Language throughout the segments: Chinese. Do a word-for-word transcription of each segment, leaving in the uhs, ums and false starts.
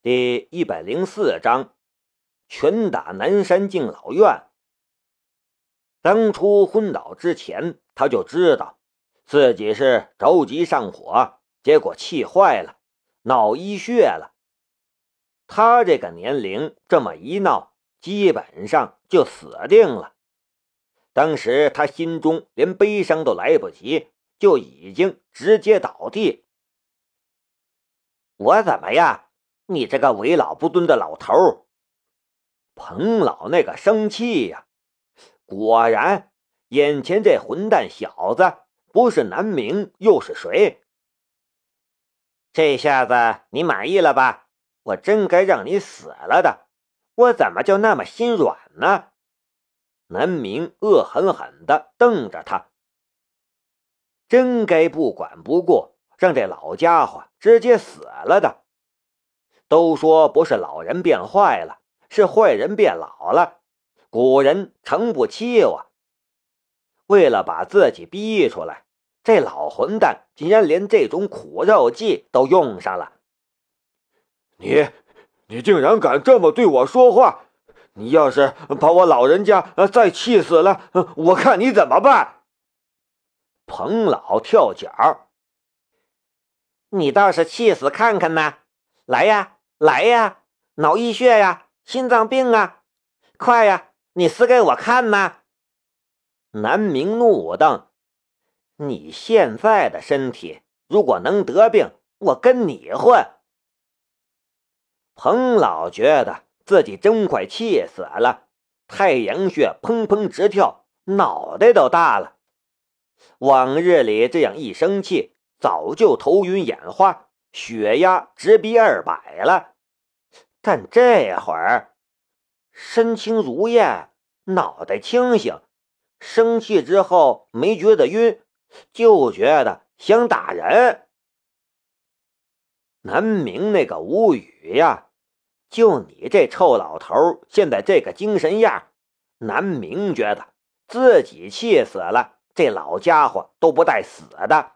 第一百零四章拳打南山敬老院。当初昏倒之前，他就知道自己是着急上火，结果气坏了，脑溢血了。他这个年龄这么一闹，基本上就死定了。当时他心中连悲伤都来不及，就已经直接倒地。我怎么样？你这个为老不尊的老头！彭老那个生气呀！果然，眼前这混蛋小子不是南明又是谁？这下子你满意了吧？我真该让你死了的，我怎么就那么心软呢？南明恶狠狠地瞪着他，真该不管不顾，让这老家伙直接死了的。都说不是老人变坏了，是坏人变老了，古人诚不欺我。为了把自己逼出来，这老混蛋竟然连这种苦肉计都用上了。 你你竟然敢这么对我说话！你要是把我老人家再气死了，我看你怎么办！ 彭老跳脚。你倒是气死看看呐！来呀来呀，脑溢血呀，心脏病啊，快呀，你死给我看呐！南明怒瞪，你现在的身体如果能得病，我跟你混。彭老觉得自己真快气死了，太阳穴砰砰直跳，脑袋都大了。往日里这样一生气，早就头晕眼花，血压直逼二百了。但这会儿身轻如燕，脑袋清醒，生气之后没觉得晕，就觉得想打人。南明那个无语呀，就你这臭老头现在这个精神样，南明觉得自己气死了，这老家伙都不带死的。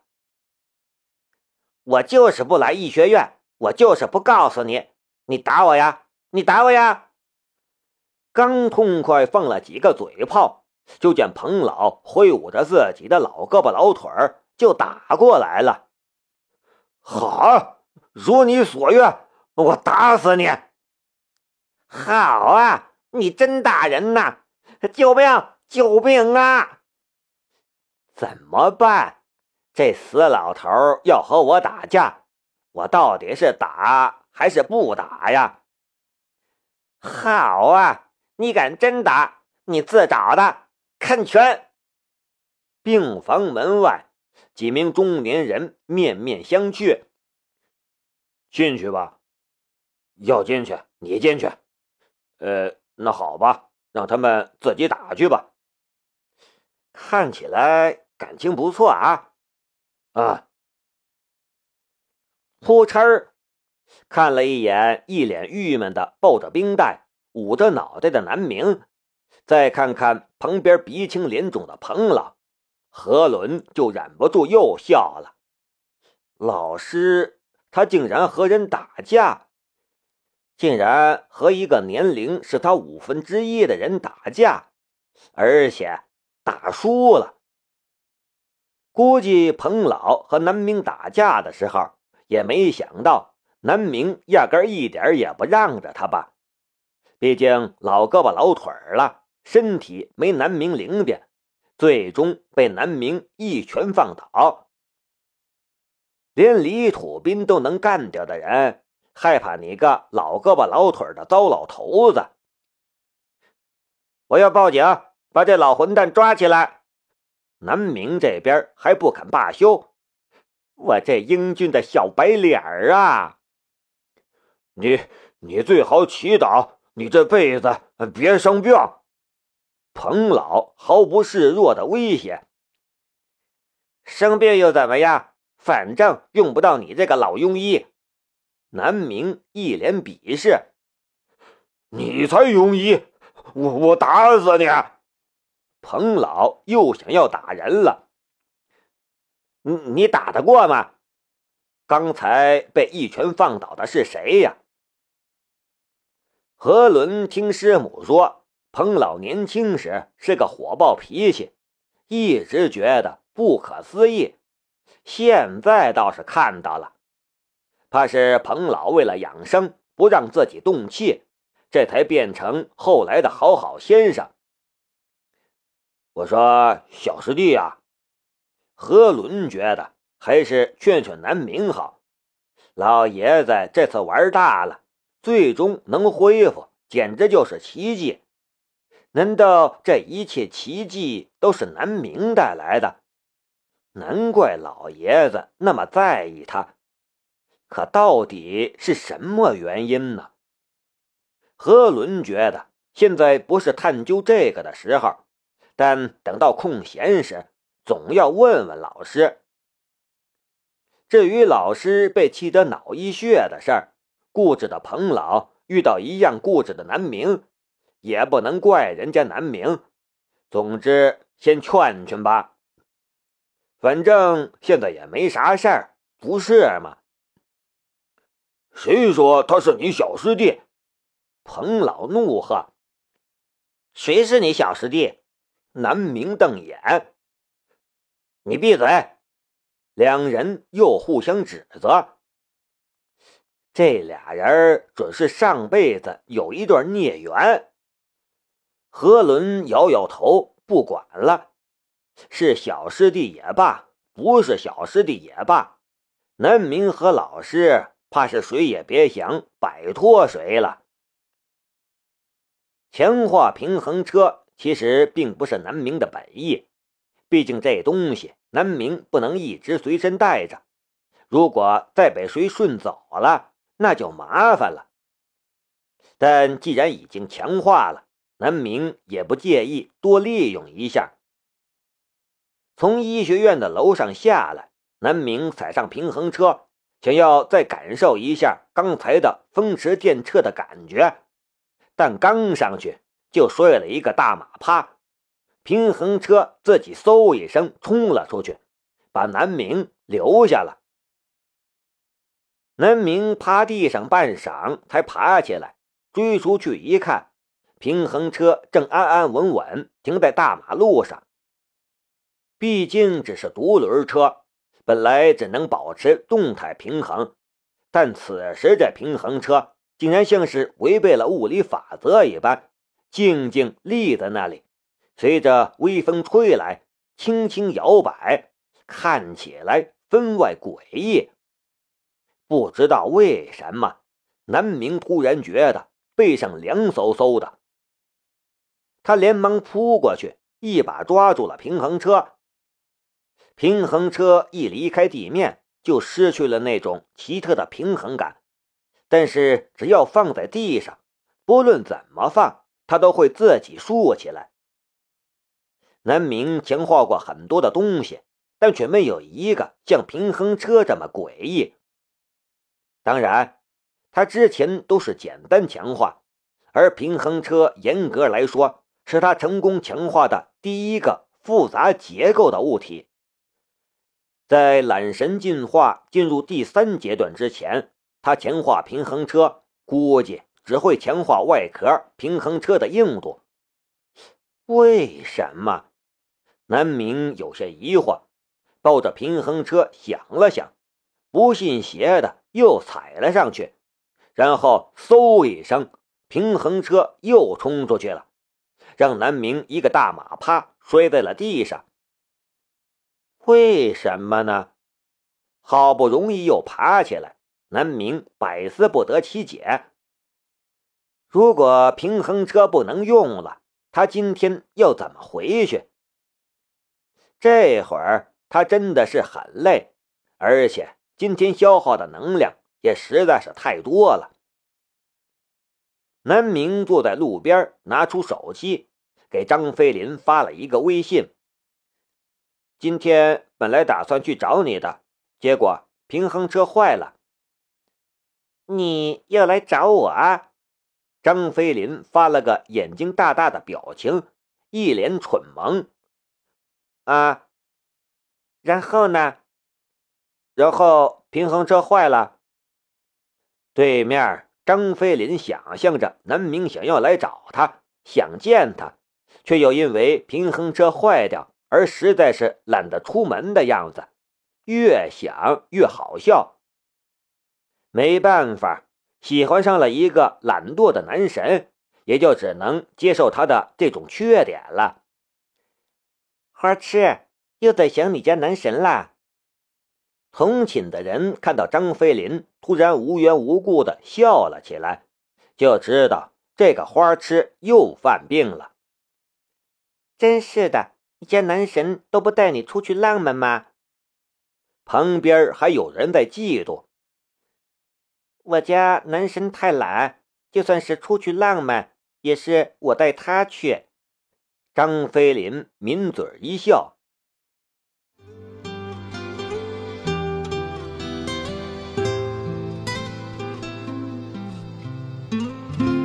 我就是不来医学院，我就是不告诉你，你打我呀，你打我呀！刚痛快放了几个嘴炮，就见彭老挥舞着自己的老胳膊老腿儿就打过来了。 好，如你所愿，我打死你！ 好啊，你真打人呐！救命！救命啊！怎么办？这死老头要和我打架，我到底是打还是不打呀？好啊，你敢真打，你自找的，看拳！病房门外，几名中年人面面相觑。 进去吧。要进去，你进去。呃，那好吧，让他们自己打去吧。 看起来感情不错啊。 啊！ 扑哧儿，看了一眼一脸郁闷的抱着冰袋捂着脑袋的南明，再看看旁边鼻青脸肿的彭老，何伦就忍不住又笑了。老师他竟然和人打架，竟然和一个年龄是他五分之一的人打架，而且打输了。估计彭老和南明打架的时候，也没想到南明压根一点也不让着他吧。毕竟老胳膊老腿了，身体没南明灵便，最终被南明一拳放倒。连李土斌都能干掉的人，害怕你个老胳膊老腿的糟老头子！我要报警，把这老混蛋抓起来！南明这边还不肯罢休，我这英俊的小白脸儿啊！ 你你最好祈祷你这辈子别生病。 彭老毫不示弱的威胁。生病又怎么样？反正用不到你这个老庸医。南明一脸鄙视。 你才庸医，我我打死你！ 彭老又想要打人了。你你打得过吗？刚才被一拳放倒的是谁呀？ 何伦听师母说，彭老年轻时是个火爆脾气，一直觉得不可思议，现在倒是看到了，怕是彭老为了养生，不让自己动气，这才变成后来的好好先生。 我说小师弟啊， 何伦觉得还是劝劝南明好，老爷子这次玩大了，最终能恢复，简直就是奇迹。难道这一切奇迹都是南明带来的？难怪老爷子那么在意他。可到底是什么原因呢？何伦觉得现在不是探究这个的时候，但等到空闲时，总要问问老师。至于老师被气得脑溢血的事儿，固执的彭老遇到一样固执的南明，也不能怪人家南明。总之，先劝劝吧。反正现在也没啥事儿，不是吗？ 谁说他是你小师弟？ 彭老怒喝。谁是你小师弟？南明瞪眼。你闭嘴！两人又互相指责。这俩人准是上辈子有一段孽缘。何伦摇摇头，不管了。是小师弟也罢，不是小师弟也罢，南明和老师怕是谁也别想摆脱谁了。强化平衡车其实并不是南明的本意，毕竟这东西南明不能一直随身带着，如果再被谁顺走了，那就麻烦了。但既然已经强化了，南明也不介意多利用一下。从医学院的楼上下来，南明踩上平衡车，想要再感受一下刚才的风驰电掣的感觉，但刚上去就摔了一个大马趴，平衡车自己嗖一声冲了出去，把南明留下了。南明趴地上半晌才爬起来，追出去一看，平衡车正安安稳稳停在大马路上。毕竟只是独轮车，本来只能保持动态平衡，但此时这平衡车竟然像是违背了物理法则一般，静静立在那里，随着微风吹来，轻轻摇摆，看起来分外诡异。不知道为什么，南明突然觉得背上凉飕飕的。他连忙扑过去，一把抓住了平衡车。平衡车一离开地面，就失去了那种奇特的平衡感，但是只要放在地上，不论怎么放，它都会自己竖起来。南明强化过很多的东西，但却没有一个像平衡车这么诡异。当然，他之前都是简单强化，而平衡车严格来说是他成功强化的第一个复杂结构的物体。在揽神进化进入第三阶段之前，他强化平衡车估计只会强化外壳平衡车的硬度。为什么？南明有些疑惑，抱着平衡车想了想，不信邪的又踩了上去，然后嗖一声，平衡车又冲出去了，让南明一个大马趴摔在了地上。为什么呢？好不容易又爬起来，南明百思不得其解。如果平衡车不能用了，他今天要怎么回去？这会儿他真的是很累，而且今天消耗的能量也实在是太多了。南明坐在路边，拿出手机给张飞林发了一个微信。今天本来打算去找你的，结果平衡车坏了。你要来找我啊？张飞林发了个眼睛大大的表情，一脸蠢萌。啊，然后呢？然后平衡车坏了。对面张飞林想象着南明想要来找他，想见他，却又因为平衡车坏掉而实在是懒得出门的样子，越想越好笑。没办法，喜欢上了一个懒惰的男神，也就只能接受他的这种缺点了。花痴，又在想你家男神啦？同寝的人看到张飞林突然无缘无故的笑了起来，就知道这个花痴又犯病了。真是的，你家男神都不带你出去浪漫吗？旁边还有人在嫉妒。我家男神太懒，就算是出去浪漫，也是我带他去。张飞林抿嘴一笑。 嗯。